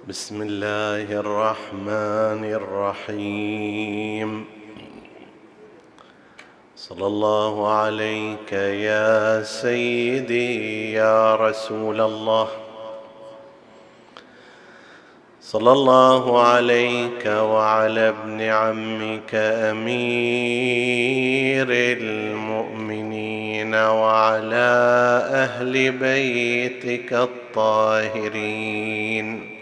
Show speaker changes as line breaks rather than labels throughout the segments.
بسم الله الرحمن الرحيم. صلى الله عليك يا سيدي يا رسول الله، صلى الله عليك وعلى ابن عمك أمير المؤمنين وعلى أهل بيتك الطاهرين.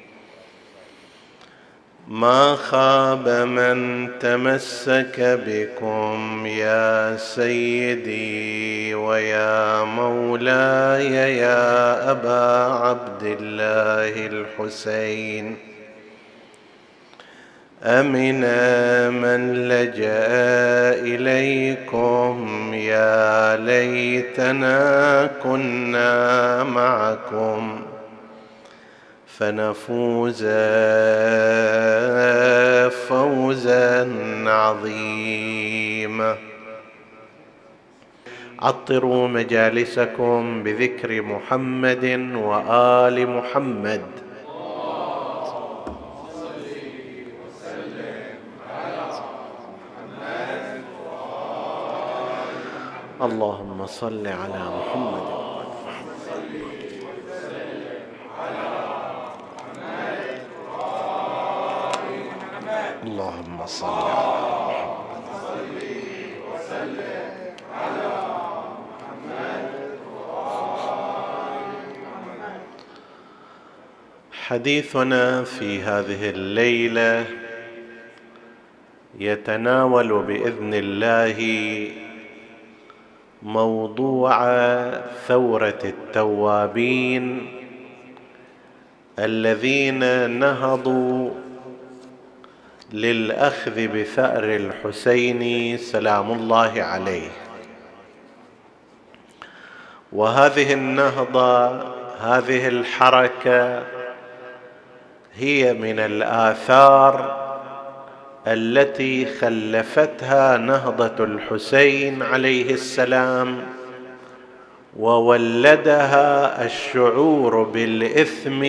ما خاب من تمسك بكم يا سيدي ويا مولاي يا أبا عبد الله الحسين، أمن من لجأ إليكم. يا ليتنا كنا معكم فنفوز فوزا عظيما. عطروا مجالسكم بذكر محمد وآل محمد. اللهم صل على محمد. اللهم صل على محمد. حديثنا في هذه الليلة يتناول بإذن الله موضوع ثورة التوابين الذين نهضوا للأخذ بثأر الحسين سلام الله عليه. وهذه النهضة، هذه الحركة هي من الآثار التي خلفتها نهضة الحسين عليه السلام، وولدها الشعور بالإثم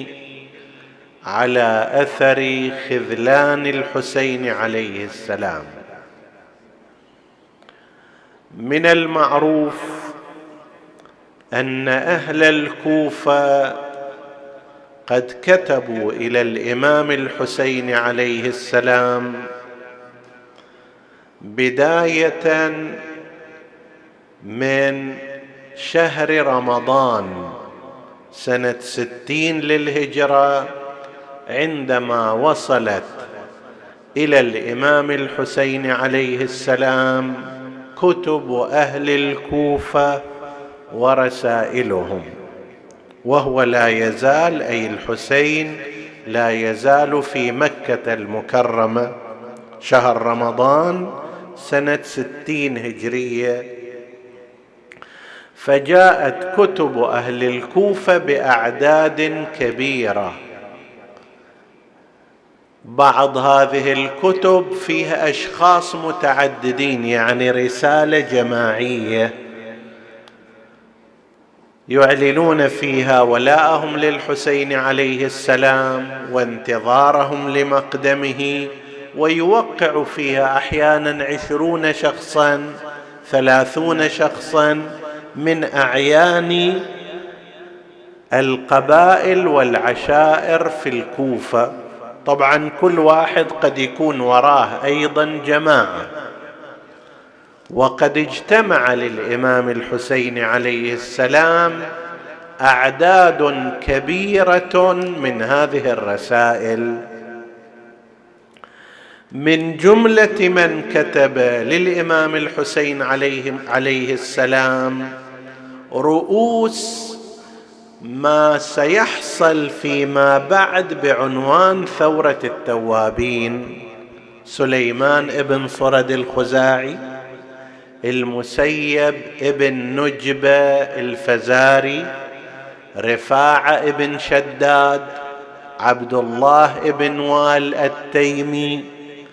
على أثر خذلان الحسين عليه السلام. من المعروف أن أهل الكوفة قد كتبوا إلى الإمام الحسين عليه السلام بداية من شهر رمضان سنة 60 للهجرة، عندما وصلت إلى الإمام الحسين عليه السلام كتب أهل الكوفة ورسائلهم، وهو لا يزال، أي الحسين لا يزال في مكة المكرمة شهر رمضان سنة 60 هجرية. فجاءت كتب أهل الكوفة بأعداد كبيرة. بعض هذه الكتب فيها أشخاص متعددين، يعني رسالة جماعية يعلنون فيها ولاءهم للحسين عليه السلام وانتظارهم لمقدمه، ويوقع فيها أحيانا 20 شخصا 30 شخصا من أعيان القبائل والعشائر في الكوفة. طبعا كل واحد قد يكون وراه أيضا جماعة. وقد اجتمع للإمام الحسين عليه السلام أعداد كبيرة من هذه الرسائل. من جملة من كتب للإمام الحسين عليه السلام رؤوس ما سيحصل فيما بعد بعنوان ثورة التوابين: سليمان ابن صرد الخزاعي، المسيب ابن نجبة الفزاري، رفاعة ابن شداد، عبد الله ابن وال التيمي،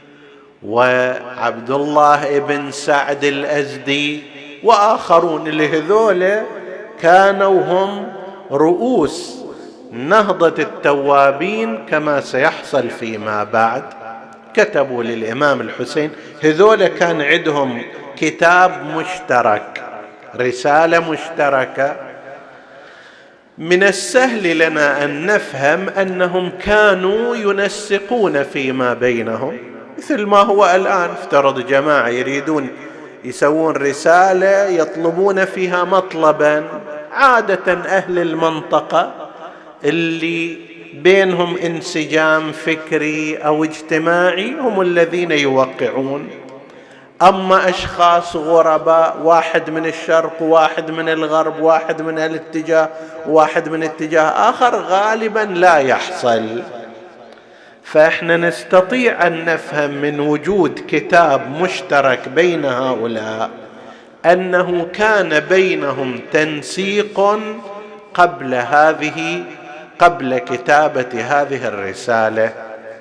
وعبد الله ابن سعد الأزدي، وآخرون. لهذول كانوا هم رؤوس نهضة التوابين كما سيحصل فيما بعد. كتبوا للإمام الحسين، هذول كان عندهم كتاب مشترك، رسالة مشتركة. من السهل لنا أن نفهم أنهم كانوا ينسقون فيما بينهم، مثل ما هو الآن. افترض جماعة يريدون يسوون رسالة يطلبون فيها مطلبا، عادة أهل المنطقة اللي بينهم انسجام فكري أو اجتماعي هم الذين يوقعون. أما أشخاص غرباء، واحد من الشرق وواحد من الغرب، واحد من الاتجاه وواحد من اتجاه آخر، غالبا لا يحصل. فإحنا نستطيع أن نفهم من وجود كتاب مشترك بين هؤلاء أنه كان بينهم تنسيق قبل كتابة هذه الرسالة.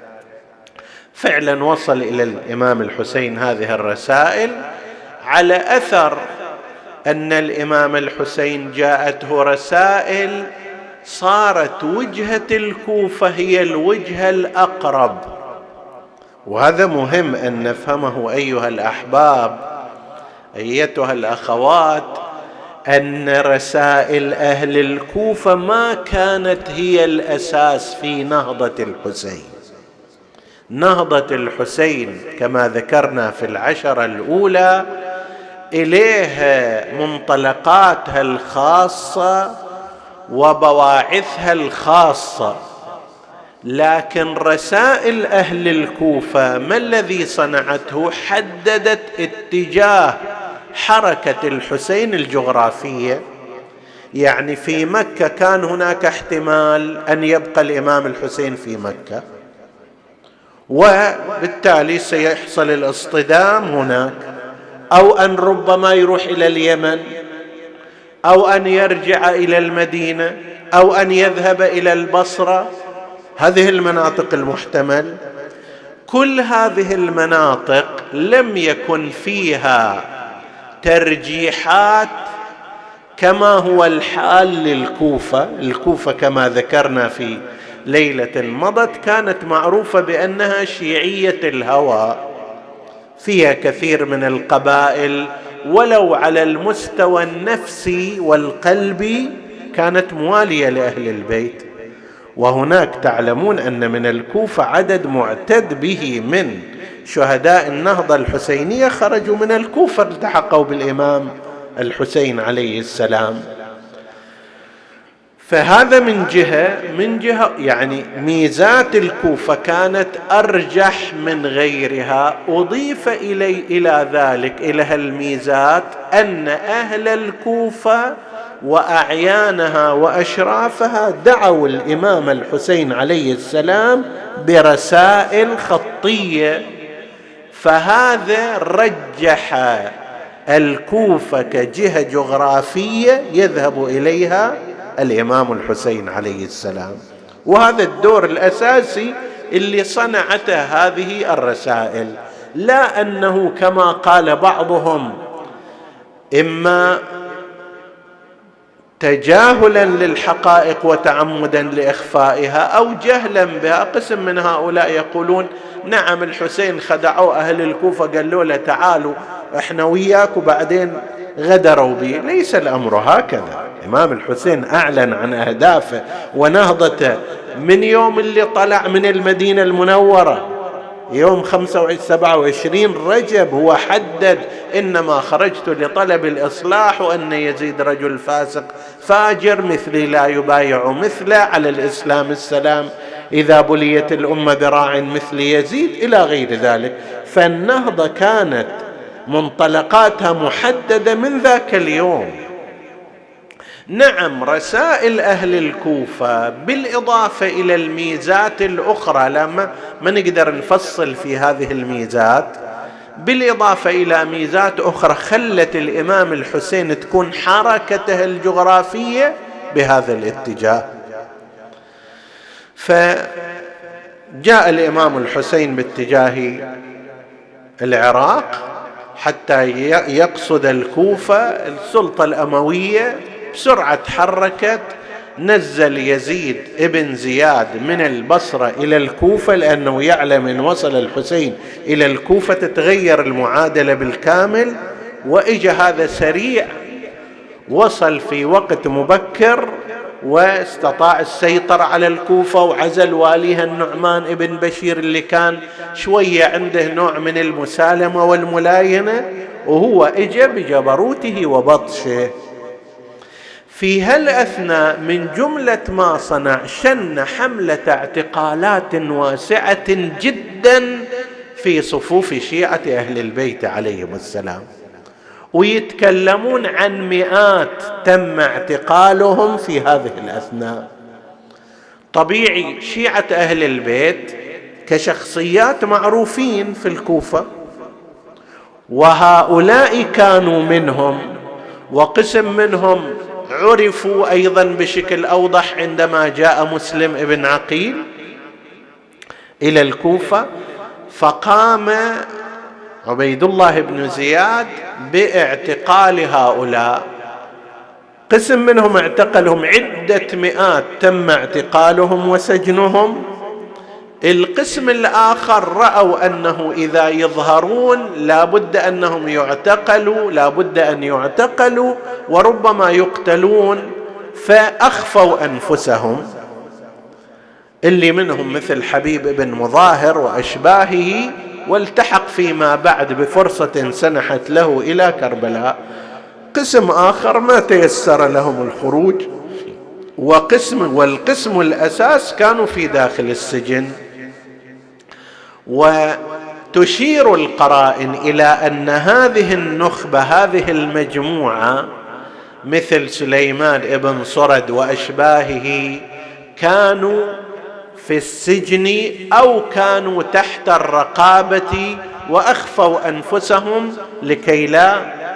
فعلا وصل إلى الإمام الحسين هذه الرسائل على أثر أن الإمام الحسين جاءته رسائل صارت وجهة الكوفة هي الوجهة الأقرب. وهذا مهم أن نفهمه أيها الأحباب، أيتها الأخوات، أن رسائل أهل الكوفة ما كانت هي الأساس في نهضة الحسين. نهضة الحسين كما ذكرنا في العشرة الأولى إليها منطلقاتها الخاصة وبواعثها الخاصة، لكن رسائل أهل الكوفة ما الذي صنعته؟ حددت اتجاه حركة الحسين الجغرافية. يعني في مكة كان هناك احتمال أن يبقى الإمام الحسين في مكة، وبالتالي سيحصل الاصطدام هناك، أو أن ربما يروح إلى اليمن، أو أن يرجع إلى المدينة، أو أن يذهب إلى البصرة. هذه المناطق المحتمل. كل هذه المناطق لم يكن فيها ترجيحات كما هو الحال للكوفة. الكوفة كما ذكرنا في ليلة مضت كانت معروفة بأنها شيعية الهوى، فيها كثير من القبائل ولو على المستوى النفسي والقلبي كانت موالية لأهل البيت. وهناك تعلمون أن من الكوفة عدد معتد به من شهداء النهضة الحسينية خرجوا من الكوفة، التحقوا بالإمام الحسين عليه السلام. فهذا من جهة يعني ميزات الكوفة كانت أرجح من غيرها. أضيف إلى ذلك إلى الميزات أن أهل الكوفة وأعيانها وأشرافها دعوا الإمام الحسين عليه السلام برسائل خطية، فهذا رجح الكوفة كجهة جغرافية يذهب إليها الإمام الحسين عليه السلام. وهذا الدور الأساسي اللي صنعته هذه الرسائل، لا أنه كما قال بعضهم إما تجاهلا للحقائق وتعمدا لإخفائها أو جهلا بها. قسم من هؤلاء يقولون نعم الحسين خدعوا أهل الكوفة، قالوا له تعالوا احنا وياك، وبعدين غدروا به. ليس الأمر هكذا. الإمام الحسين أعلن عن أهدافه ونهضته من يوم اللي طلع من المدينة المنورة، يوم 27 رجب. هو حدد إنما خرجت لطلب الإصلاح، وأن يزيد رجل فاسق فاجر مثلي لا يبايع مثله، على الإسلام السلام إذا بليت الأمة براع مثل يزيد، إلى غير ذلك. فالنهضة كانت منطلقاتها محددة من ذاك اليوم. نعم رسائل أهل الكوفة بالإضافة إلى الميزات الأخرى، لما ما نقدر نفصل في هذه الميزات، بالإضافة إلى ميزات أخرى خلت الإمام الحسين تكون حركته الجغرافية بهذا الاتجاه. فجاء الإمام الحسين باتجاه العراق حتى يقصد الكوفة. السلطة الأموية بسرعة تحركت نزل يزيد ابن زياد من البصرة إلى الكوفة، لأنه يعلم إن وصل الحسين إلى الكوفة تتغير المعادلة بالكامل، وإجا هذا سريع وصل في وقت مبكر واستطاع السيطرة على الكوفة، وعزل واليها النعمان ابن بشير اللي كان شوية عنده نوع من المسالمة والملاينة، وهو اجى بجبروته وبطشه. في هالأثناء من جملة ما صنع شن حملة اعتقالات واسعة جدا في صفوف شيعة أهل البيت عليهم السلام، ويتكلمون عن مئات تم اعتقالهم في هذه الأثناء. طبيعي شيعة أهل البيت كشخصيات معروفين في الكوفة، وهؤلاء كانوا منهم، وقسم منهم عرفوا أيضا بشكل أوضح عندما جاء مسلم ابن عقيل إلى الكوفة، فقام عبيد الله بن زياد باعتقال هؤلاء. قسم منهم اعتقلهم، عدة مئات تم اعتقالهم وسجنهم. القسم الآخر رأوا أنه إذا يظهرون لابد أنهم يعتقلوا، لابد أن يعتقلوا وربما يقتلون، فأخفوا أنفسهم، اللي منهم مثل حبيب بن مظاهر وأشباهه، والتحق فيما بعد بفرصة سنحت له إلى كربلاء. قسم آخر ما تيسر لهم الخروج، والقسم الأساس كانوا في داخل السجن. وتشير القرائن إلى أن هذه النخبة، هذه المجموعة مثل سليمان ابن صرد وأشباهه، كانوا في السجن أو كانوا تحت الرقابة وأخفوا أنفسهم لكي لا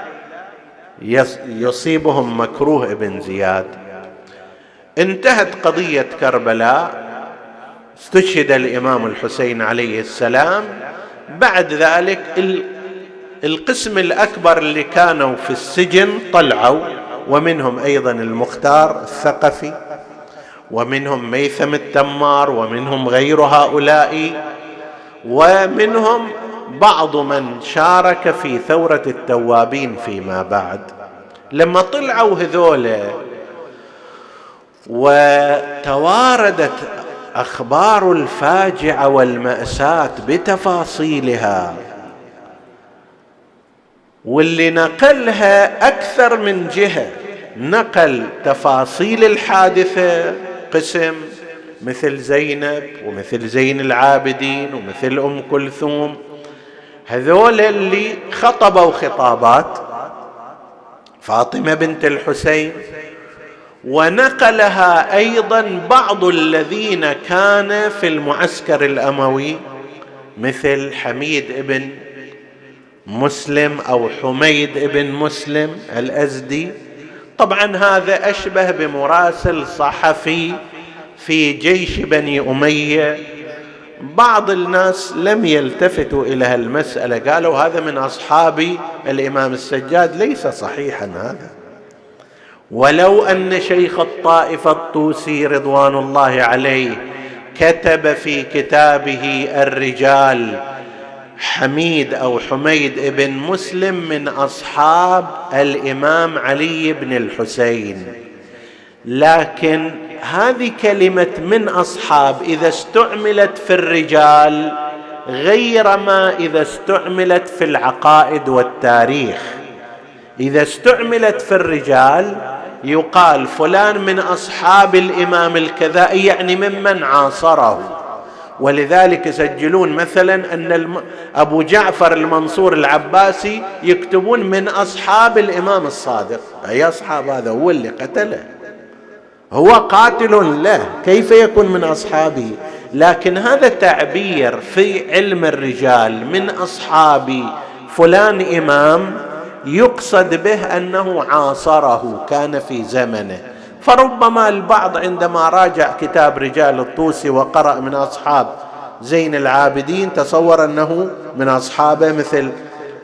يصيبهم مكروه ابن زياد. انتهت قضية كربلاء، استشهد الإمام الحسين عليه السلام. بعد ذلك القسم الأكبر اللي كانوا في السجن طلعوا، ومنهم أيضا المختار الثقفي، ومنهم ميثم التمار، ومنهم غير هؤلاء، ومنهم بعض من شارك في ثورة التوابين فيما بعد. لما طلعوا هذول وتواردت أخبار الفاجعة والمأساة بتفاصيلها، واللي نقلها أكثر من جهة، نقل تفاصيل الحادثة قسم مثل زينب ومثل زين العابدين ومثل أم كلثوم، هذول اللي خطبوا خطابات فاطمة بنت الحسين، ونقلها أيضا بعض الذين كان في المعسكر الأموي مثل حميد ابن مسلم أو حميد ابن مسلم الأزدي. طبعا هذا أشبه بمراسل صحفي في جيش بني أمية. بعض الناس لم يلتفتوا إلى المسألة، قالوا هذا من أصحاب الإمام السجاد، ليس صحيحا هذا. ولو أن شيخ الطائفة الطوسي رضوان الله عليه كتب في كتابه الرجال حميد أو حميد ابن مسلم من أصحاب الإمام علي بن الحسين، لكن هذه كلمة من أصحاب إذا استعملت في الرجال غير ما إذا استعملت في العقائد والتاريخ. إذا استعملت في الرجال يقال فلان من أصحاب الإمام الكذائي، يعني ممن عاصره. ولذلك يسجلون مثلا أن أبو جعفر المنصور العباسي يكتبون من أصحاب الإمام الصادق. أي أصحاب؟ هذا هو اللي قتله، هو قاتل له، كيف يكون من أصحابه؟ لكن هذا تعبير في علم الرجال من أصحاب فلان إمام، يقصد به أنه عاصره، كان في زمنه. فربما البعض عندما راجع كتاب رجال الطوسي وقرأ من أصحاب زين العابدين تصور أنه من أصحابه مثل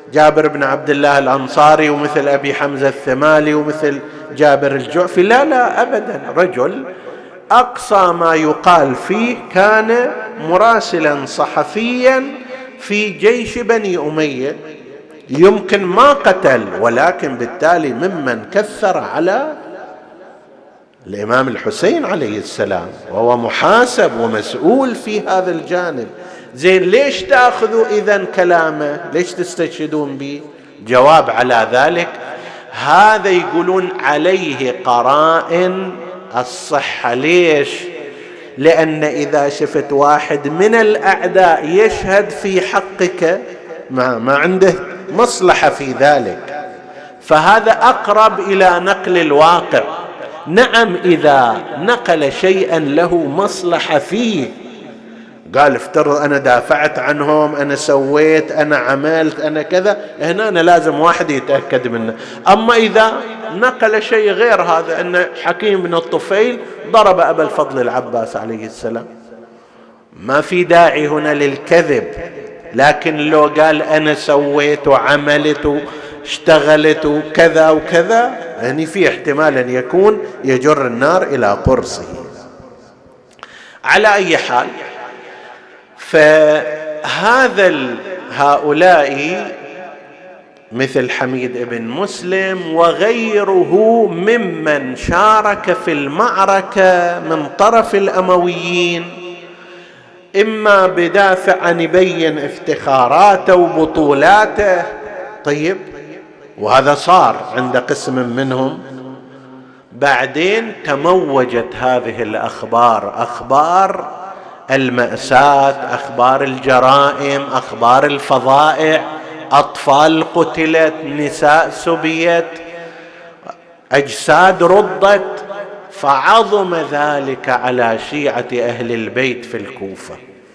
جابر بن عبد الله الأنصاري ومثل أبي حمزة الثمالي ومثل جابر الجعفي، لا لا أبدا، رجل أقصى ما يقال فيه كان مراسلا صحفيا في جيش بني أمية، يمكن ما قتل، ولكن بالتالي ممن كثر على الإمام الحسين عليه السلام، وهو محاسب ومسؤول في هذا الجانب. زين، ليش تأخذوا إذن كلامه؟ ليش تستشهدون به؟ جواب على ذلك، هذا يقولون عليه قرائن الصحة. ليش؟ لأن إذا شفت واحد من الأعداء يشهد في حقك ما عنده مصلحة في ذلك، فهذا أقرب إلى نقل الواقع. نعم، إذا نقل شيئا له مصلحة فيه، قال افترض أنا دافعت عنهم، أنا سويت، أنا عملت، أنا كذا، هنا أنا لازم واحد يتأكد منه. أما إذا نقل شيء غير هذا، أن حكيم بن الطفيل ضرب أبا الفضل العباس عليه السلام، ما في داعي هنا للكذب. لكن لو قال أنا سويت وعملت اشتغلت وكذا وكذا، يعني في احتمال أن يكون يجر النار إلى قرصه. على أي حال، هؤلاء مثل حميد بن مسلم وغيره ممن شارك في المعركة من طرف الأمويين، إما بدافع أن يبين افتخاراته وبطولاته، طيب، وهذا صار عند قسم منهم. بعدين تموجت هذه الأخبار، أخبار المأساة، أخبار الجرائم، أخبار الفظائع، أطفال قتلت، نساء سبيت، أجساد ردت، فعظم ذلك على شيعة أهل البيت في الكوفة.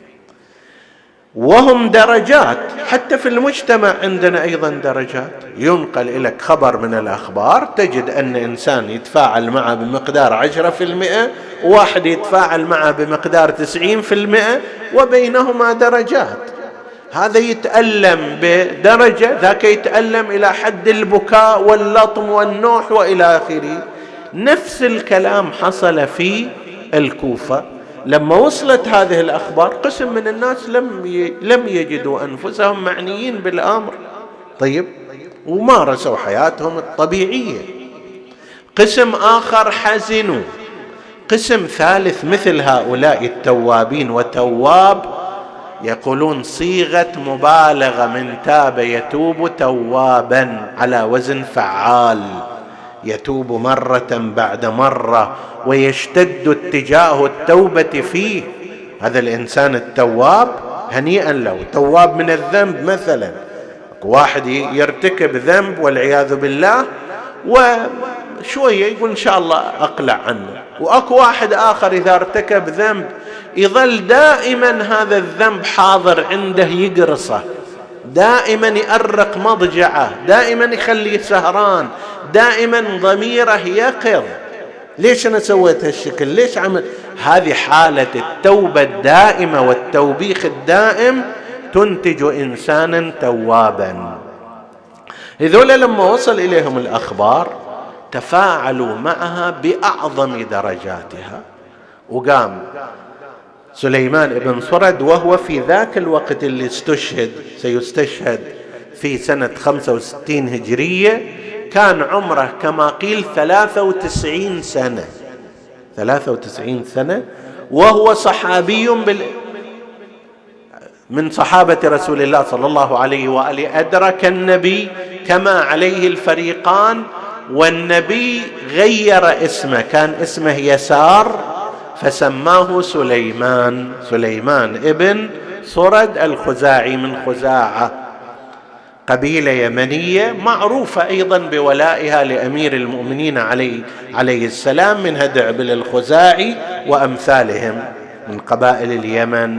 وهم درجات، حتى في المجتمع عندنا أيضا درجات. ينقل إليك خبر من الأخبار، تجد أن إنسان يتفاعل معه بمقدار 10%، وواحد يتفاعل معه بمقدار 90%، وبينهما درجات. هذا يتألم بدرجة، ذاك يتألم إلى حد البكاء واللطم والنوح وإلى آخره. نفس الكلام حصل في الكوفة. لما وصلت هذه الأخبار، قسم من الناس لم يجدوا أنفسهم معنيين بالأمر، طيب، ومارسوا حياتهم الطبيعية. قسم آخر حزنوا. قسم ثالث مثل هؤلاء التوابين، وتواب يقولون صيغة مبالغة من تاب يتوب توابا، على وزن فعال، يتوب مرة بعد مرة ويشتد اتجاه التوبة فيه. هذا الإنسان التواب هنيئا له. تواب من الذنب مثلا، واحد يرتكب ذنب والعياذ بالله وشوية يقول إن شاء الله أقلع عنه، وأكو واحد آخر إذا ارتكب ذنب يظل دائما هذا الذنب حاضر عنده، يقرصه دائما، يأرق مضجعه دائما، يخليه سهران دائما، ضميره يقظ. ليش أنا سويت هالشكل؟ ليش عمل؟ هذه حالة التوبة الدائمة والتوبيخ الدائم تنتج إنسانا توابا. هذول لما وصل إليهم الأخبار تفاعلوا معها بأعظم درجاتها. وقام سليمان بن سرد، وهو في ذاك الوقت اللي سيستشهد في سنة 65 هجرية، كان عمره كما قيل 93 سنة، 93 سنة، وهو صحابي من صحابة رسول الله صلى الله عليه وآله، أدرك النبي كما عليه الفريقان، والنبي غير اسمه، كان اسمه يسار فسماه سليمان ابن سرد الخزاعي من خزاعة، قبيلة يمنية معروفة أيضا بولائها لأمير المؤمنين عليه السلام، من هدعبل الخزاعي وأمثالهم من قبائل اليمن.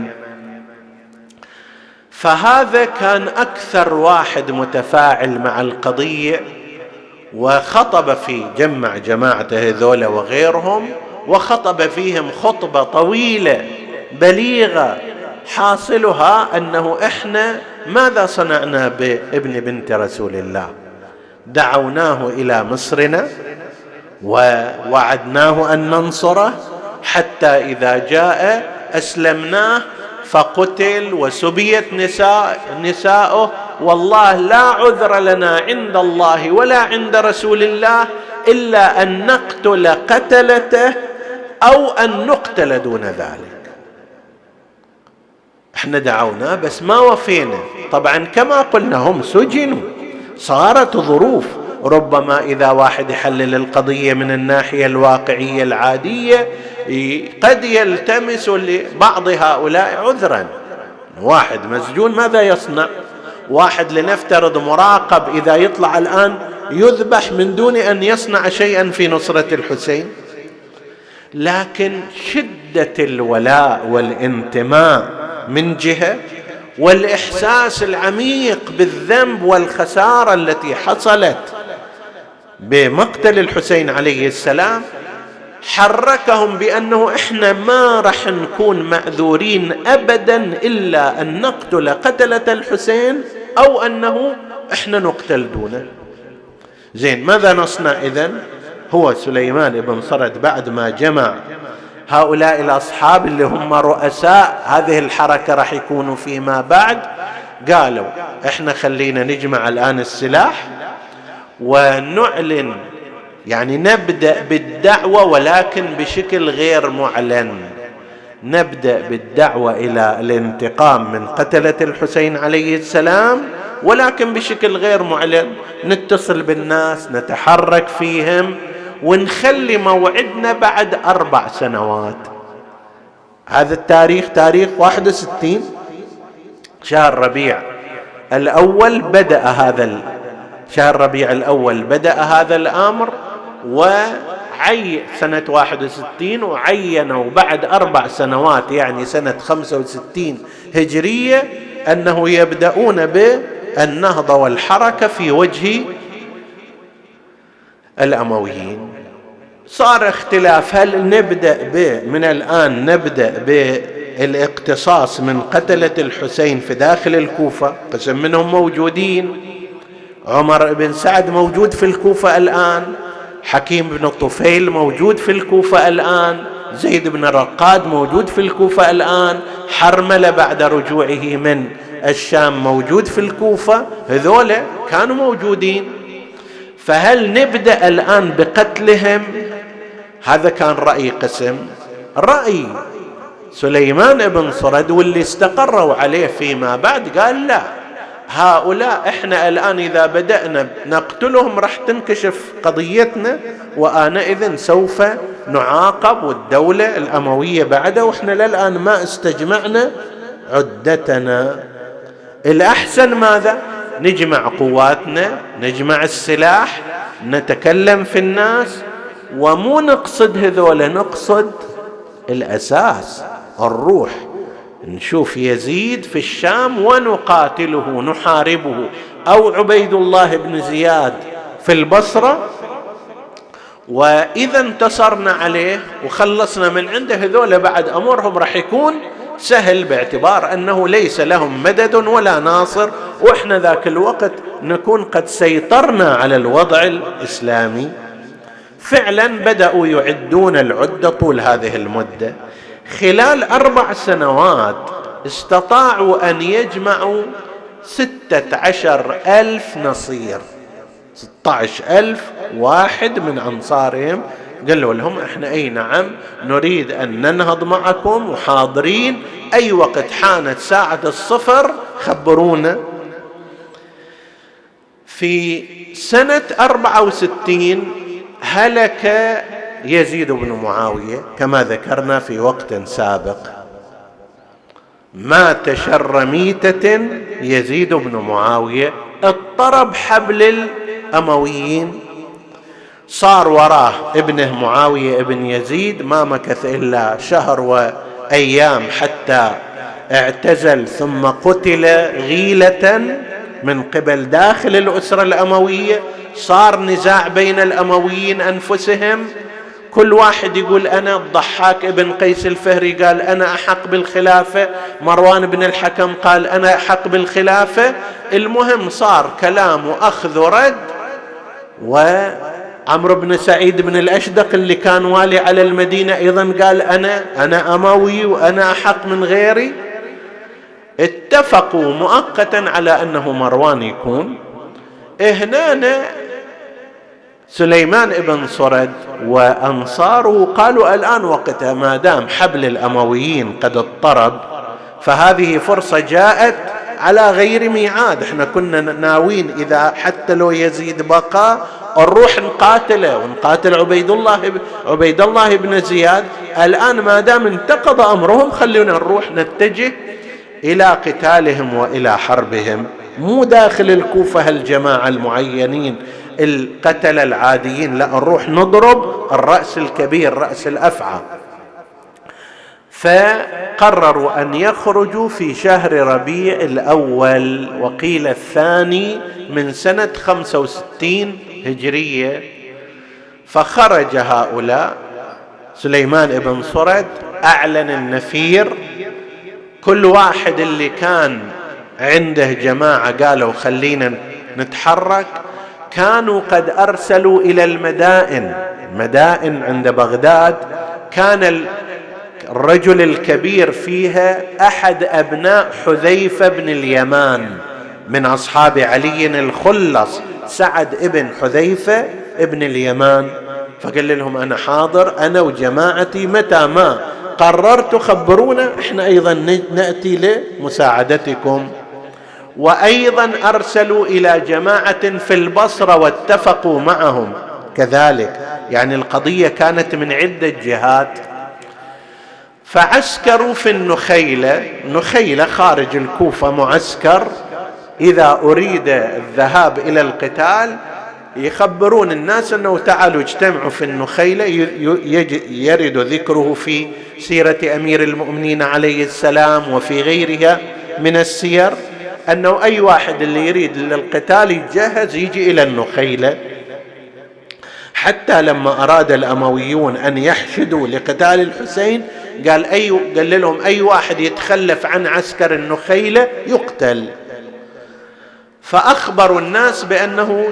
فهذا كان أكثر واحد متفاعل مع القضية، وخطب في جماعته ذولا وغيرهم، وخطب فيهم خطبة طويلة بليغة حاصلها أنه إحنا ماذا صنعنا بابن بنت رسول الله؟ دعوناه إلى مصرنا ووعدناه أن ننصره، حتى إذا جاء أسلمناه فقتل وسبيت نساؤه. والله لا عذر لنا عند الله ولا عند رسول الله إلا أن نقتل قتلته أو أن نقتل دون ذلك. احنا دعوناه بس ما وفينا. طبعا كما قلنا هم سجنوا، صارت ظروف، ربما إذا واحد يحلل القضية من الناحية الواقعية العادية قد يلتمس لبعض هؤلاء عذرا. واحد مسجون ماذا يصنع؟ واحد لنفترض مراقب إذا يطلع الآن يذبح من دون أن يصنع شيئا في نصرة الحسين. لكن شدة الولاء والانتماء من جهة، والإحساس العميق بالذنب والخسارة التي حصلت بمقتل الحسين عليه السلام حركهم بأنه إحنا ما رح نكون مأذورين أبدا إلا أن نقتل قتلة الحسين أو أنه إحنا نقتل دونه. زين، ماذا نصنع إذن؟ هو سليمان بن صرد بعد ما جمع هؤلاء الأصحاب اللي هم رؤساء هذه الحركة رح يكونوا فيما بعد، قالوا إحنا خلينا نجمع الآن السلاح ونعلن، يعني نبدأ بالدعوة ولكن بشكل غير معلن. نبدأ بالدعوة إلى الانتقام من قتلة الحسين عليه السلام ولكن بشكل غير معلن، نتصل بالناس، نتحرك فيهم، ونخلي موعدنا بعد 4 سنوات. هذا التاريخ تاريخ 61 شهر ربيع الأول بدأ هذا شهر ربيع الأول بدأ هذا الأمر، سنة 61 وعينوا بعد 4 سنوات يعني سنة 65 هجرية أنه يبدأون بالنهضة والحركة في وجه الأمويين. صار اختلاف، هل نبدأ من الآن نبدأ بالاقتصاص من قتلة الحسين في داخل الكوفة، قسم منهم موجودين، عمر بن سعد موجود في الكوفة الآن، حكيم بن الطفيل موجود في الكوفة الآن، زيد بن رقاد موجود في الكوفة الآن، حرملة بعد رجوعه من الشام موجود في الكوفة، هذول كانوا موجودين. فهل نبدأ الآن بقتلهم؟ هذا كان رأي قسم. رأي سليمان بن صرد واللي استقروا عليه فيما بعد قال لا، هؤلاء احنا الآن إذا بدأنا نقتلهم راح تنكشف قضيتنا، وآنئذ سوف نعاقب، والدولة الأموية بعده، وإحنا للآن ما استجمعنا عدتنا. الأحسن ماذا؟ نجمع قواتنا، نجمع السلاح، نتكلم في الناس، ومو نقصد هذول، نقصد الأساس، الروح. نشوف يزيد في الشام ونقاتله نحاربه، أو عبيد الله بن زياد في البصرة، وإذا انتصرنا عليه وخلصنا من عنده هذول بعد أمرهم رح يكون سهل، باعتبار أنه ليس لهم مدد ولا ناصر، وإحنا ذاك الوقت نكون قد سيطرنا على الوضع الإسلامي. فعلا بدأوا يعدون العدة طول هذه المدة. خلال 4 سنوات استطاعوا أن يجمعوا 16,000 نصير، 16,000 واحد من أنصارهم. قالوا لهم احنا اي نعم نريد ان ننهض معكم وحاضرين، اي وقت حانت ساعة الصفر خبرونا. في سنة 64 هلك يزيد بن معاوية كما ذكرنا في وقت سابق، مات شر ميتة يزيد بن معاوية، اضطرب حبل الأمويين، صار وراه ابنه معاوية ابن يزيد، ما مكث إلا شهر وأيام حتى اعتزل، ثم قتل غيلة من قبل داخل الأسرة الأموية. صار نزاع بين الأمويين أنفسهم، كل واحد يقول أنا. الضحاك ابن قيس الفهري قال أنا أحق بالخلافة، مروان بن الحكم قال أنا أحق بالخلافة. المهم صار كلام وأخذ ورد. وعمرو بن سعيد بن الأشدق اللي كان والي على المدينة أيضا قال أنا أموي وأنا أحق من غيري. اتفقوا مؤقتا على أنه مروان يكون. هنا سليمان بن صرد وأنصاره قالوا الآن وقتها، ما دام حبل الأمويين قد اضطرب فهذه فرصة جاءت على غير ميعاد. احنا كنا ناوين إذا حتى لو يزيد بقى نروح نقاتله ونقاتل عبيد الله بن زياد. الآن ما دام انتقض أمرهم خلونا نروح نتجه إلى قتالهم وإلى حربهم، مو داخل الكوفة الجماعة المعينين القتل العاديين، لا نروح نضرب الرأس الكبير رأس الأفعى. فقرروا أن يخرجوا في شهر ربيع الأول وقيل الثاني من سنة 65 هجرية. فخرج هؤلاء. سليمان بن صرد أعلن النفير، كل واحد اللي كان عنده جماعة قالوا خلينا نتحرك. كانوا قد أرسلوا إلى المدائن عند بغداد. كان الرجل الكبير فيها أحد أبناء حذيفة بن اليمان من أصحاب علي الخلص، سعد ابن حذيفة ابن اليمان. فقال لهم أنا حاضر أنا وجماعتي، متى ما قررت خبرونا، احنا أيضا نأتي لمساعدتكم. وأيضا أرسلوا إلى جماعة في البصرة واتفقوا معهم كذلك، يعني القضية كانت من عدة جهات. فعسكروا في النخيلة خارج الكوفة معسكر، إذا أريد الذهاب إلى القتال يخبرون الناس أنه تعالوا اجتمعوا في النخيلة. يرد ذكره في سيرة أمير المؤمنين عليه السلام وفي غيرها من السير أنه أي واحد اللي يريد للقتال يتجهز يجي إلى النخيلة. حتى لما أراد الأمويون أن يحشدوا لقتال الحسين قال لهم أي واحد يتخلف عن عسكر النخيلة يقتل. فأخبروا الناس بأنه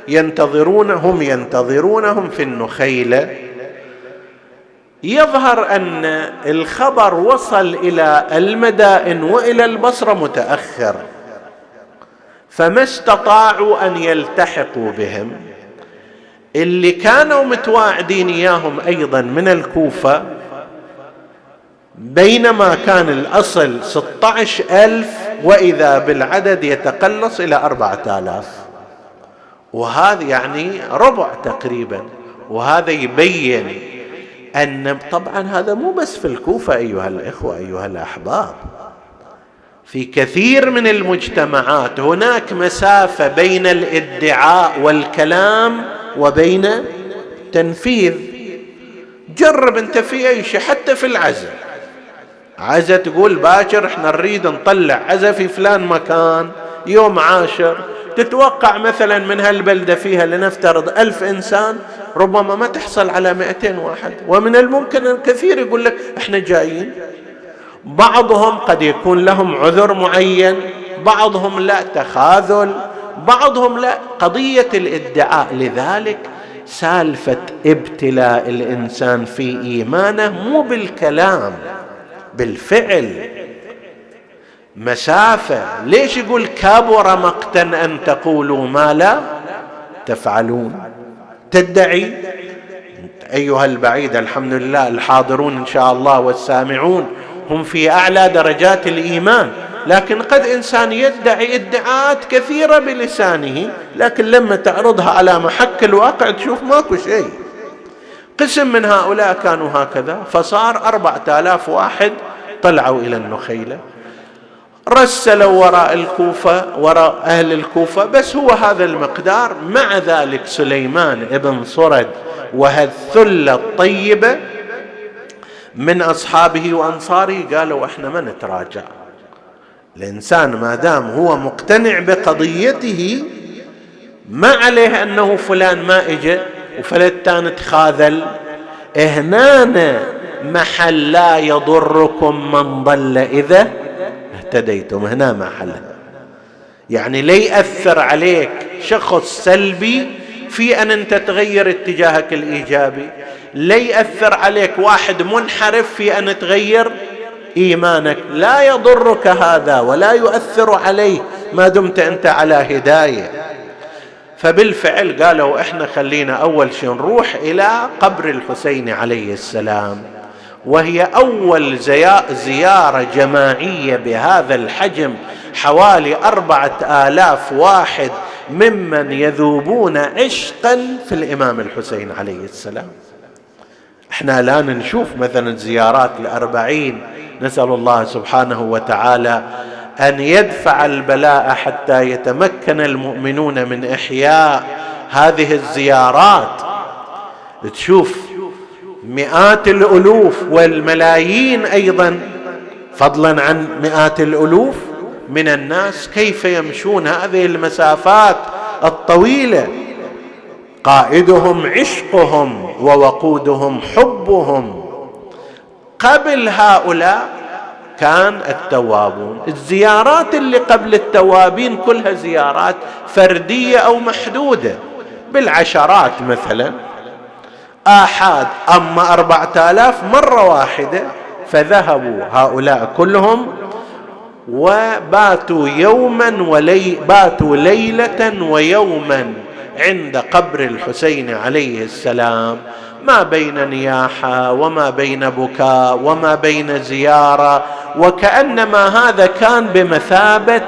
ينتظرونهم في النخيلة. يظهر أن الخبر وصل إلى المدائن وإلى البصرة متأخر، فما استطاعوا أن يلتحقوا بهم. اللي كانوا متواعدين إياهم أيضا من الكوفة، بينما كان الأصل 16,000 وإذا بالعدد يتقلص إلى 4,000، وهذا يعني ربع تقريبا. وهذا يبين أن طبعا هذا مو بس في الكوفة أيها الإخوة أيها الأحباب، في كثير من المجتمعات هناك مسافة بين الادعاء والكلام وبين تنفيذ. جرب انت في أي شيء، حتى في عزة تقول باكر احنا نريد نطلع عزة في فلان مكان يوم 10، تتوقع مثلا من هالبلدة فيها لنفترض 1000 إنسان، ربما ما تحصل على 200 واحد، ومن الممكن الكثير يقول لك احنا جايين. بعضهم قد يكون لهم عذر معين، بعضهم لا تخاذل، بعضهم لا قضية الادعاء. لذلك سالفة ابتلاء الإنسان في إيمانه مو بالكلام، بالفعل. مسافة. ليش يقول كبر مقتا أن تقولوا ما لا تفعلون؟ تدعي أيها البعيد، الحمد لله الحاضرون إن شاء الله والسامعون هم في أعلى درجات الإيمان، لكن قد إنسان يدعي ادعاءات كثيرة بلسانه، لكن لما تعرضها على محك الواقع تشوف ماكو شيء. قسم من هؤلاء كانوا هكذا، فصار 4,000 واحد طلعوا إلى النخيلة، رسلوا وراء الكوفة وراء أهل الكوفة، بس هو هذا المقدار. مع ذلك سليمان بن صرد وهالثلة الطيبة من أصحابه وأنصاره قالوا احنا ما نتراجع. الإنسان ما دام هو مقتنع بقضيته ما عليه أنه فلان ما إجا وفلتان تخاذل، هنا محل لا يضركم من ضل إذا اهتديتم، هنا محلها. يعني لا يأثر عليك شخص سلبي في أن أنت تغير اتجاهك الإيجابي، لا يأثر عليك واحد منحرف في أن تغير إيمانك، لا يضرك هذا ولا يؤثر عليك ما دمت أنت على هداية. فبالفعل قالوا احنا خلينا أول شيء نروح إلى قبر الحسين عليه السلام، وهي أول زيارة جماعية بهذا الحجم، حوالي 4000 واحد ممن يذوبون عشقا في الإمام الحسين عليه السلام. احنا الآن نشوف مثلا زيارات ل40، نسأل الله سبحانه وتعالى أن يدفع البلاء حتى يتمكن المؤمنون من إحياء هذه الزيارات. تشوف مئات الألوف والملايين أيضا، فضلا عن مئات الألوف من الناس، كيف يمشون هذه المسافات الطويلة. قائدهم عشقهم ووقودهم حبهم. قبل هؤلاء كان التوابون. الزيارات اللي قبل التوابين كلها زيارات فردية أو محدودة بالعشرات مثلا، آحاد. أما 4000 مرة واحدة، فذهبوا هؤلاء كلهم وباتوا باتوا ليلة ويوما عند قبر الحسين عليه السلام، ما بين نياحة وما بين بكاء وما بين زيارة، وكأنما هذا كان بمثابة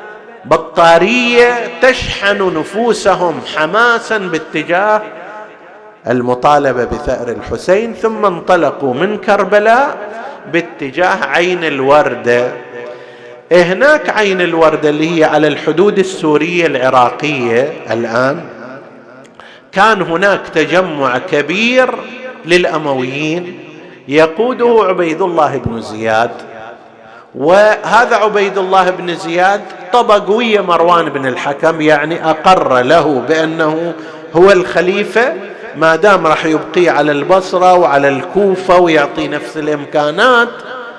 بطارية تشحن نفوسهم حماسا باتجاه المطالبة بثأر الحسين. ثم انطلقوا من كربلاء باتجاه عين الوردة. هناك عين الوردة اللي هي على الحدود السورية العراقية الآن، كان هناك تجمع كبير للأمويين يقوده عبيد الله بن زياد، وهذا عبيد الله بن زياد طبق ويا مروان بن الحكم، يعني أقر له بأنه هو الخليفة ما دام راح يبقي على البصرة وعلى الكوفة ويعطي نفس الإمكانات،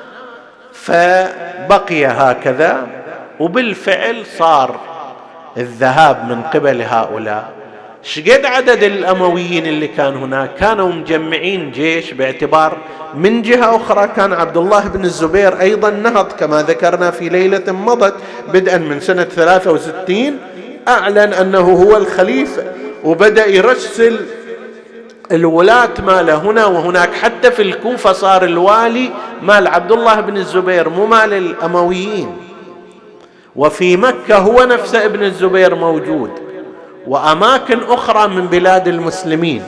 فبقي هكذا. وبالفعل صار الذهاب من قبل هؤلاء. شقد عدد الأمويين اللي كان هناك؟ كانوا مجمعين جيش، باعتبار من جهة أخرى كان عبد الله بن الزبير أيضا نهض كما ذكرنا في ليلة مضت، بدءا من سنة 63 أعلن أنه هو الخليفة، وبدأ يرسل الولاة مال هنا وهناك. حتى في الكوفة صار الوالي مال عبد الله بن الزبير مو مال الأمويين، وفي مكة هو نفس ابن الزبير موجود، وأماكن أخرى من بلاد المسلمين.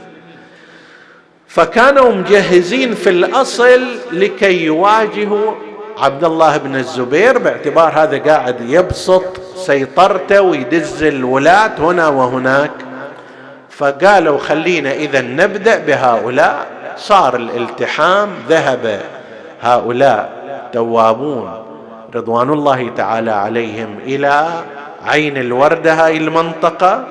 فكانوا مجهزين في الأصل لكي يواجهوا عبد الله بن الزبير، باعتبار هذا قاعد يبسط سيطرته ويدز الولاة هنا وهناك. فقالوا خلينا إذا نبدأ بهؤلاء. صار الالتحام، ذهب هؤلاء توابون رضوان الله تعالى عليهم إلى عين الوردة، هاي المنطقة،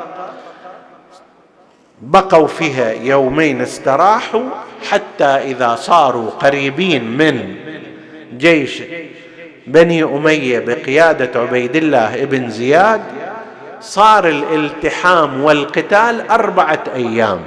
بقوا فيها يومين استراحوا، حتى إذا صاروا قريبين من جيش بني أمية بقيادة عبيد الله بن زياد، صار الالتحام والقتال 4 أيام.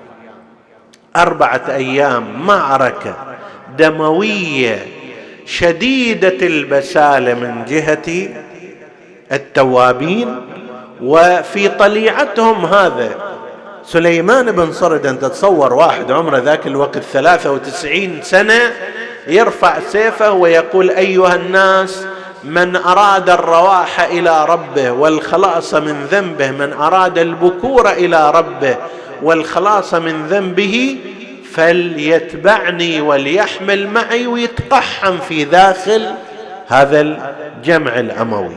4 أيام معركة دموية شديدة البسالة من جهة التوابين. وفي طليعتهم هذا سليمان بن صرد، أنت تتصور واحد عمره ذاك الوقت 93 سنة يرفع سيفه ويقول أيها الناس، من أراد الرواح إلى ربه والخلاص من ذنبه، من أراد البكور إلى ربه والخلاص من ذنبه، فليتبعني وليحمل معي، ويتقحم في داخل هذا الجمع الأموي.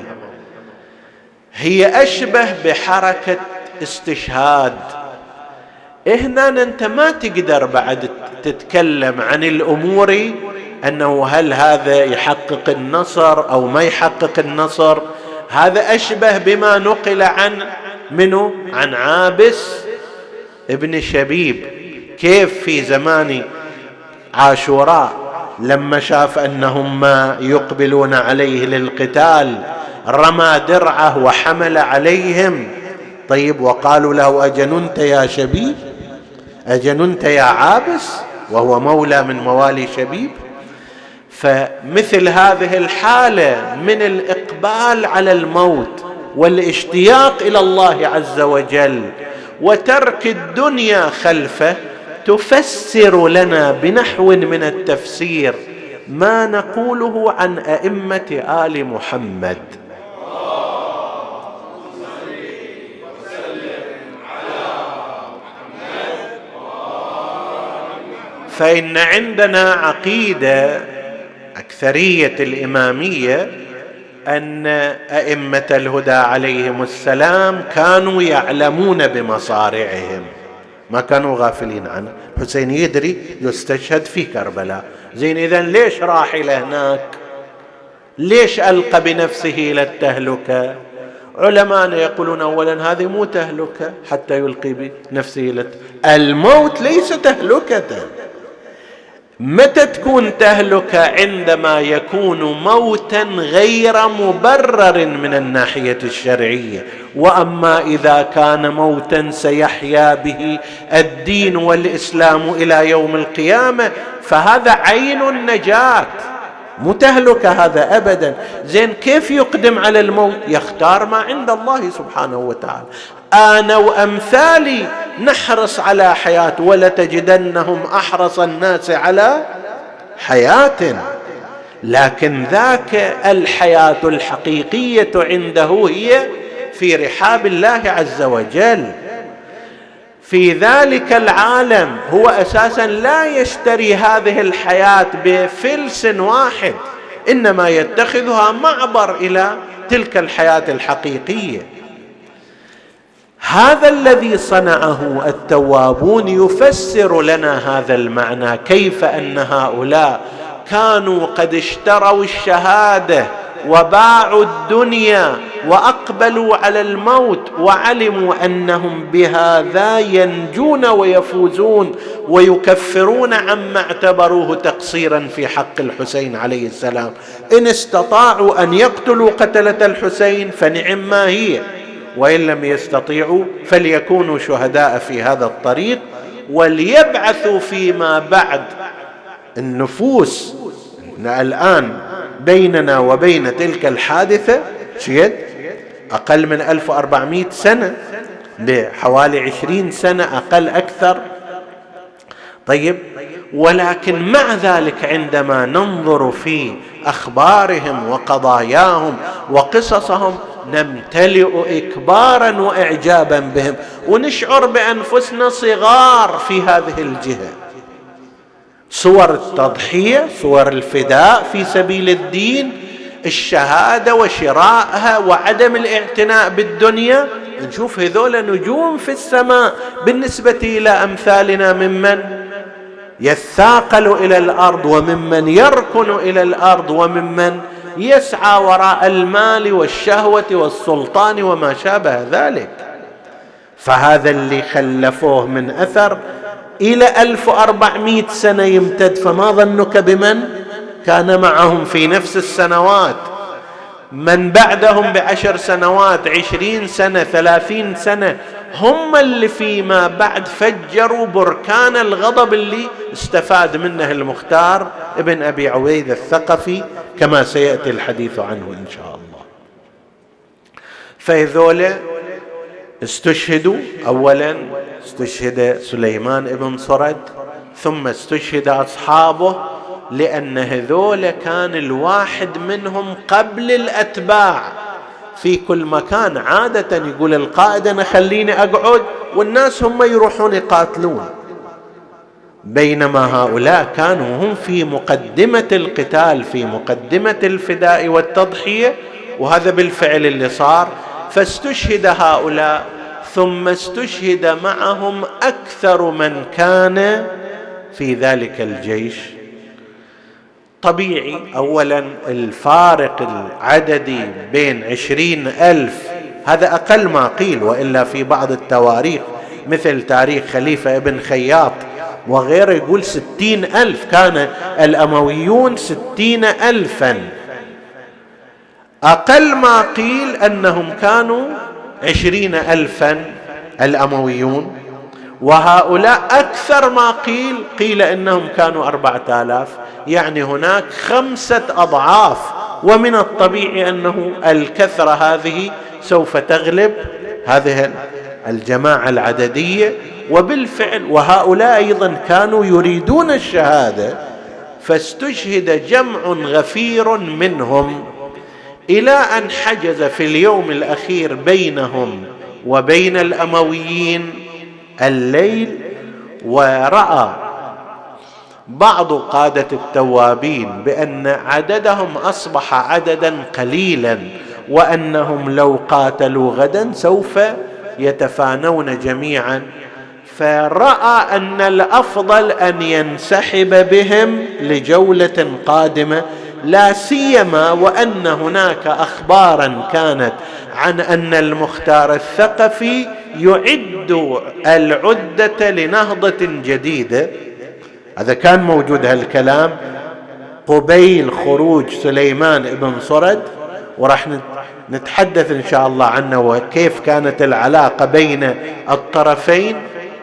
هي أشبه بحركة استشهاد. هنا أنت ما تقدر بعد تتكلم عن الأمور أنه هل هذا يحقق النصر أو ما يحقق النصر. هذا أشبه بما نقل عن عابس ابن شبيب، كيف في زمان عاشوراء لما شاف أنهم ما يقبلون عليه للقتال رمى درعه وحمل عليهم. طيب وقالوا له أجننت يا شبيب، أجننت يا عابس، وهو مولى من موالي شبيب. فمثل هذه الحالة من الإقبال على الموت والاشتياق إلى الله عز وجل وترك الدنيا خلفه تفسر لنا بنحو من التفسير ما نقوله عن أئمة آل محمد. فإن عندنا عقيدة أكثرية الإمامية أن أئمة الهدى عليهم السلام كانوا يعلمون بمصارعهم، ما كانوا غافلين عنه. الحسين يدري يستشهد في كربلاء، زين إذن ليش راح إلى هناك؟ ليش ألقى بنفسه إلى التهلكة؟ علماء يقولون أولا هذه مو تهلكة حتى يلقي بنفسه إلى الموت، ليس تهلكة. متى تكون تهلكة؟ عندما يكون موتا غير مبرر من الناحية الشرعية. وأما إذا كان موتا سيحيا به الدين والإسلام إلى يوم القيامة فهذا عين النجاة، مو تهلكة هذا أبدا. زين كيف يقدم على الموت؟ يختار ما عند الله سبحانه وتعالى. أنا وأمثالي نحرص على حياة، ولتجدنهم أحرص الناس على حياة، لكن ذاك الحياة الحقيقية عنده هي في رحاب الله عز وجل. في ذلك العالم هو أساسا لا يشتري هذه الحياة بفلس واحد، إنما يتخذها معبر إلى تلك الحياة الحقيقية. هذا الذي صنعه التوابون يفسر لنا هذا المعنى، كيف أن هؤلاء كانوا قد اشتروا الشهادة وباعوا الدنيا وأقبلوا على الموت، وعلموا أنهم بهذا ينجون ويفوزون ويكفرون عما اعتبروه تقصيرا في حق الحسين عليه السلام. إن استطاعوا أن يقتلوا قتلة الحسين فنعم ما هي، وإن لم يستطيعوا فليكونوا شهداء في هذا الطريق، وليبعثوا فيما بعد النفوس. الآن بيننا وبين تلك الحادثة شيء أقل من 1400 سنة، بحوالي 20 سنة أقل أكثر. طيب، ولكن مع ذلك عندما ننظر في أخبارهم وقضاياهم وقصصهم نمتلئ إكبارا وإعجابا بهم، ونشعر بأنفسنا صغار في هذه الجهة. صور التضحية، صور الفداء في سبيل الدين، الشهادة وشرائها وعدم الاعتناء بالدنيا، نشوف هذول نجوم في السماء بالنسبة إلى أمثالنا ممن يثاقل إلى الأرض وممن يركن إلى الأرض وممن يسعى وراء المال والشهوة والسلطان وما شابه ذلك. فهذا اللي خلفوه من أثر إلى 1400 سنة يمتد، فما ظنك بمن كان معهم في نفس السنوات؟ من بعدهم ب10 سنوات، 20 سنة، 30 سنة، هم اللي فيما بعد فجروا بركان الغضب اللي استفاد منه المختار ابن أبي عويد الثقفي، كما سيأتي الحديث عنه إن شاء الله. فهذول استشهدوا. أولا استشهد سليمان ابن صرد، ثم استشهد أصحابه، لأن هذول كان الواحد منهم قبل الأتباع في كل مكان. عادة يقول القائد أنا خليني أقعد والناس هم يروحون يقاتلون، بينما هؤلاء كانوا هم في مقدمة القتال، في مقدمة الفداء والتضحية، وهذا بالفعل اللي صار. فاستشهد هؤلاء، ثم استشهد معهم أكثر من كان في ذلك الجيش. طبيعي أولا الفارق العددي بين 20,000 هذا أقل ما قيل، وإلا في بعض التواريخ مثل تاريخ خليفة ابن خياط وغيره يقول 60,000، كان الأمويون 60,000. أقل ما قيل أنهم كانوا 20,000 الأمويون، وهؤلاء أكثر ما قيل أنهم كانوا 4,000، يعني هناك 5 أضعاف. ومن الطبيعي أنه الكثرة هذه سوف تغلب هذه الجماعة العددية. وبالفعل وهؤلاء أيضا كانوا يريدون الشهادة، فاستشهد جمع غفير منهم، إلى أن حجز في اليوم الأخير بينهم وبين الأمويين الليل. ورأى بعض قادة التوابين بأن عددهم أصبح عددا قليلا، وأنهم لو قاتلوا غدا سوف يتفانون جميعا، فرأى أن الأفضل أن ينسحب بهم لجولة قادمة، لا سيما وأن هناك أخبارا كانت عن أن المختار الثقفي يعد العدة لنهضة جديدة. هذا كان موجود هالكلام قبيل خروج سليمان بن صرد، وراح نتحدث إن شاء الله عنه وكيف كانت العلاقة بين الطرفين.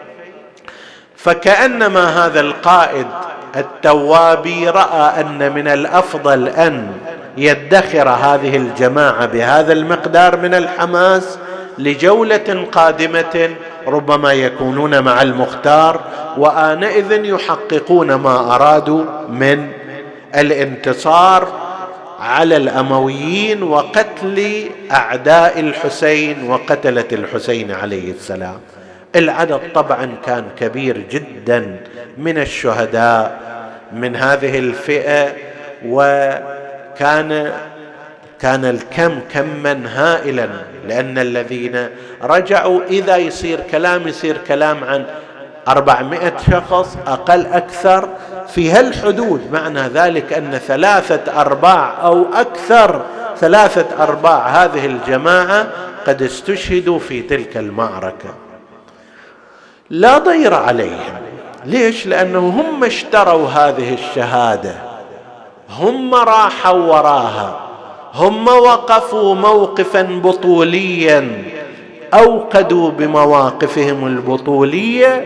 فكأنما هذا القائد التوابي رأى أن من الأفضل أن يدخر هذه الجماعة بهذا المقدار من الحماس لجولة قادمة ربما يكونون مع المختار، وآنئذ يحققون ما أرادوا من الانتصار على الأمويين وقتل أعداء الحسين وقتلة الحسين عليه السلام. العدد طبعا كان كبير جدا من الشهداء من هذه الفئة، وكان الكم كما هائلا، لأن الذين رجعوا إذا يصير كلام عن 400 شخص أقل أكثر في هالحدود، معنى ذلك أن 3/4 أو أكثر 3/4 هذه الجماعة قد استشهدوا في تلك المعركة. لا ضير عليهم. ليش؟ لأنه هم اشتروا هذه الشهادة، هم راحوا وراها، هم وقفوا موقفا بطوليا، أوقدوا بمواقفهم البطولية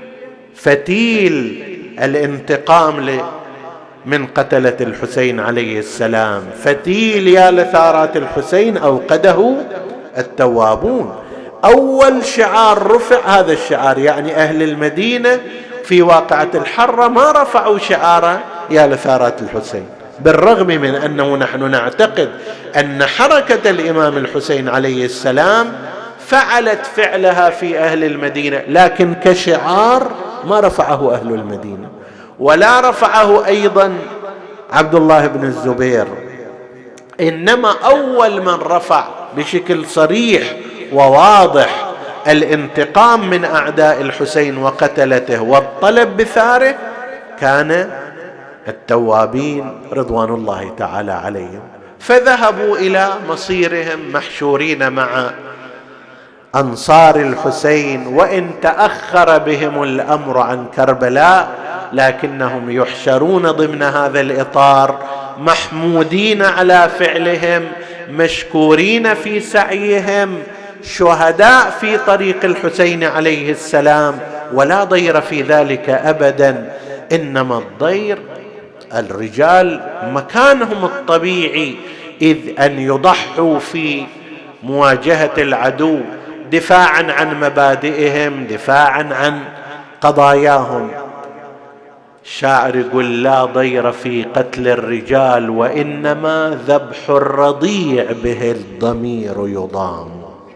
فتيل الانتقام من قتلة الحسين عليه السلام، فتيل يا لثارات الحسين أوقده التوابون. أول شعار رفع هذا الشعار، يعني أهل المدينة في واقعة الحرة ما رفعوا شعار يا لثارات الحسين، بالرغم من أنه نحن نعتقد أن حركة الإمام الحسين عليه السلام فعلت فعلها في أهل المدينة، لكن كشعار ما رفعه أهل المدينة، ولا رفعه أيضا عبد الله بن الزبير. إنما أول من رفع بشكل صريح وواضح الانتقام من أعداء الحسين وقتلته والطلب بثاره كان التوابين رضوان الله تعالى عليهم. فذهبوا إلى مصيرهم محشورين مع أنصار الحسين، وإن تأخر بهم الأمر عن كربلاء لكنهم يحشرون ضمن هذا الإطار، محمودين على فعلهم، مشكورين في سعيهم، شهداء في طريق الحسين عليه السلام، ولا ضير في ذلك أبدا. إنما الضير الرجال مكانهم الطبيعي، إذ أن يضحوا في مواجهة العدو دفاعا عن مبادئهم، دفاعا عن قضاياهم. الشاعر يقول: لا ضير في قتل الرجال، وإنما ذبح الرضيع به الضمير يضام.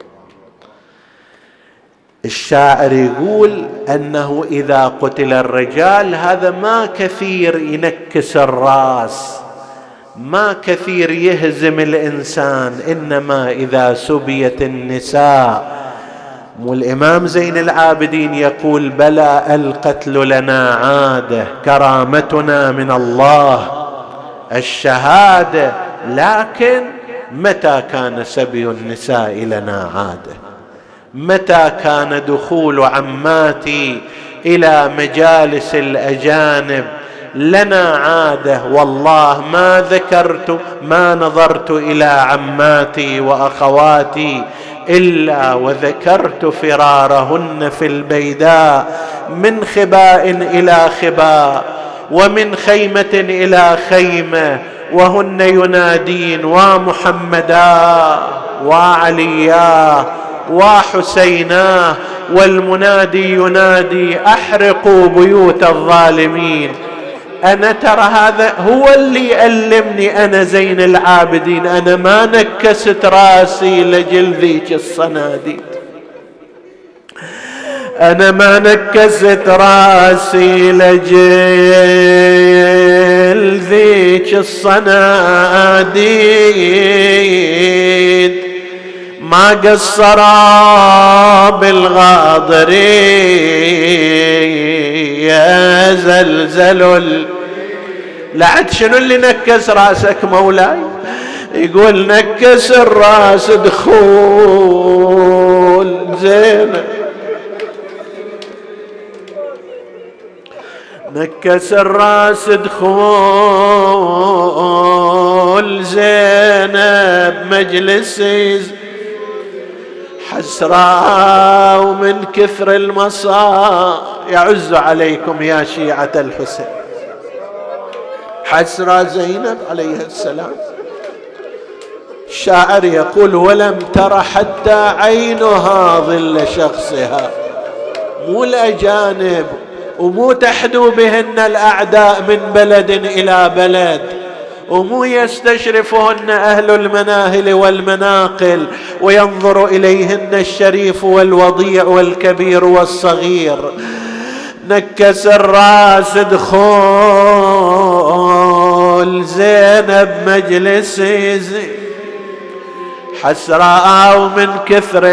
الشاعر يقول أنه إذا قتل الرجال هذا ما كثير ينكس الرأس، ما كثير يهزم الإنسان، إنما إذا سبيت النساء. والإمام زين العابدين يقول: بلى القتل لنا عادة، كرامتنا من الله الشهادة، لكن متى كان سبي النساء لنا عادة؟ متى كان دخول عماتي إلى مجالس الأجانب. لنا عادة والله ما نظرت إلى عماتي وأخواتي إلا وذكرت فرارهن في البيداء، من خباء إلى خباء ومن خيمة إلى خيمة، وهن ينادين ومحمدا وعليا وحسينا، والمنادي ينادي أحرقوا بيوت الظالمين. أنا ترى هذا هو اللي يألمني، أنا زين العابدين، أنا ما نكست راسي لجل ذيك الصناديد، أنا ما نكست راسي لجل ذيك الصناديد، ما قصرا بالغاضرية زلزل. لعد شنو اللي نكس راسك مولاي؟ يقول نكس الراس دخول زينب، نكس الراس دخول زينب مجلس حسرة ومن كثر المصائب. يعز عليكم يا شيعة الحسين حسرة زينب عليه السلام. الشاعر يقول ولم تر حتى عينها ظل شخصها، مو الأجانب ومو تحدو بهن الأعداء من بلد إلى بلد، ومو يستشرفهن أهل المناهل والمناقل وينظر إليهن الشريف والوضيع والكبير والصغير. نكس الراس دخول زينب مجلس حسراء ومن كثر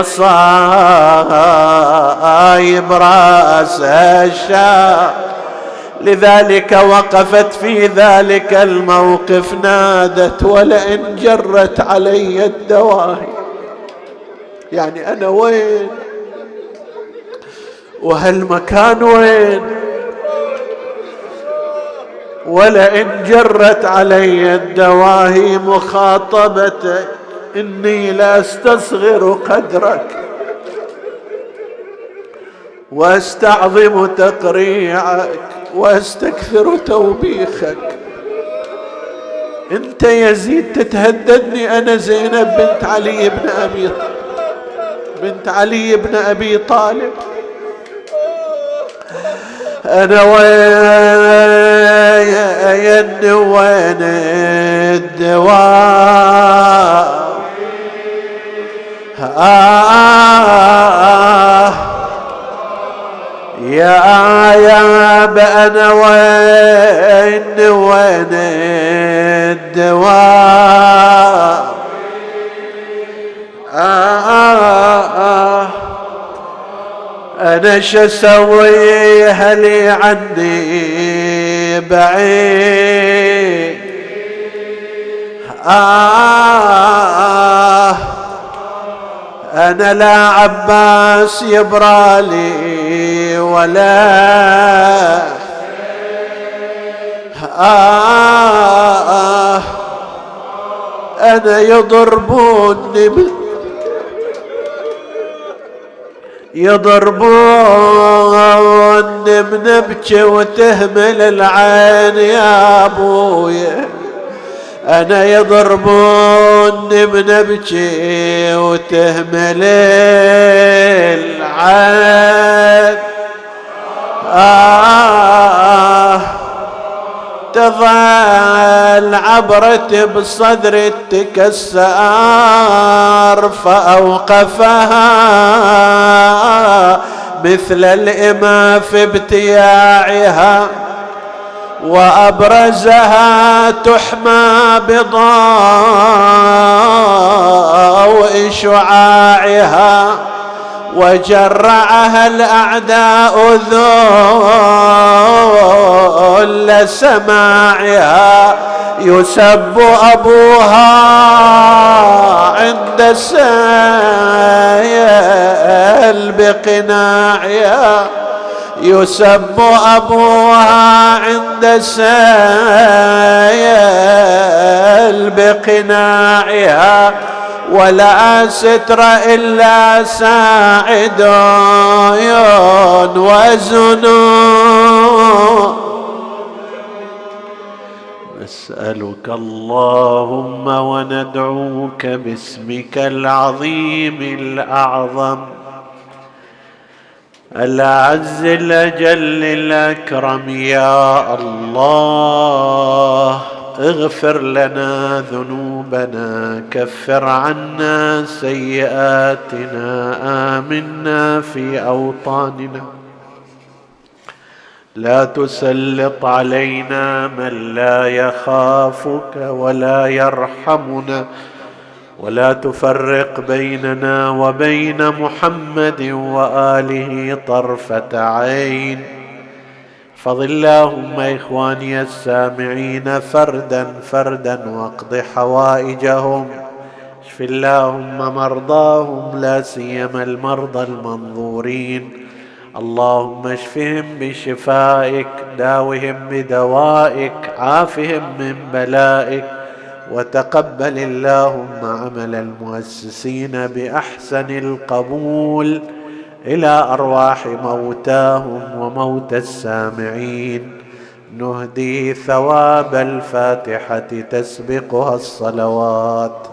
المصايب راسها الشاق. لذلك وقفت في ذلك الموقف نادت ولئن جرت علي الدواهي، يعني أنا وين وهالمكان وين؟ ولئن جرت علي الدواهي مخاطبتك إني لا أستصغر قدرك واستعظم تقريعك واستكثر توبيخك. انت يزيد تتهددني، انا زينب بنت علي بن ابي طالب، انا وين الدواء يا بأنا وين الدواء أنا شسوي هلي عني بعيد أنا لا عباس يبرالي ولا أنا يضربوني بنبكي وتهمل العين يا أبويا، أنا يضربوني بنبكي وتهمل العين. تظل عبرتي بصدري تكسر فأوقفها مثل الإماء في ابتياعها وأبرزها تحمى بضوء شعاعها وجرعها الأعداء ذل سماعها. يسب أبوها عند السيل بقناعها، يسب أبوها عند سيل بقناعها، ولا ستر إلا ساعد وزنون. نسألك اللهم وندعوك باسمك العظيم الأعظم الأعز الأجل الأكرم، يا الله اغفر لنا ذنوبنا، كفر عنا سيئاتنا، آمنا في أوطاننا، لا تسلط علينا من لا يخافك ولا يرحمنا، ولا تفرق بيننا وبين محمد وآله طرفة عين. احفظ اللهم إخواني السامعين فردا فردا واقض حوائجهم، اشف اللهم مرضاهم لا سيما المرضى المنظورين، اللهم اشفهم بشفائك، داوهم بدوائك، عافهم من بلائك، وتقبل اللهم عمل المؤسسين بأحسن القبول إلى أرواح موتاهم وموتى السامعين. نهدي ثواب الفاتحة تسبقها الصلوات.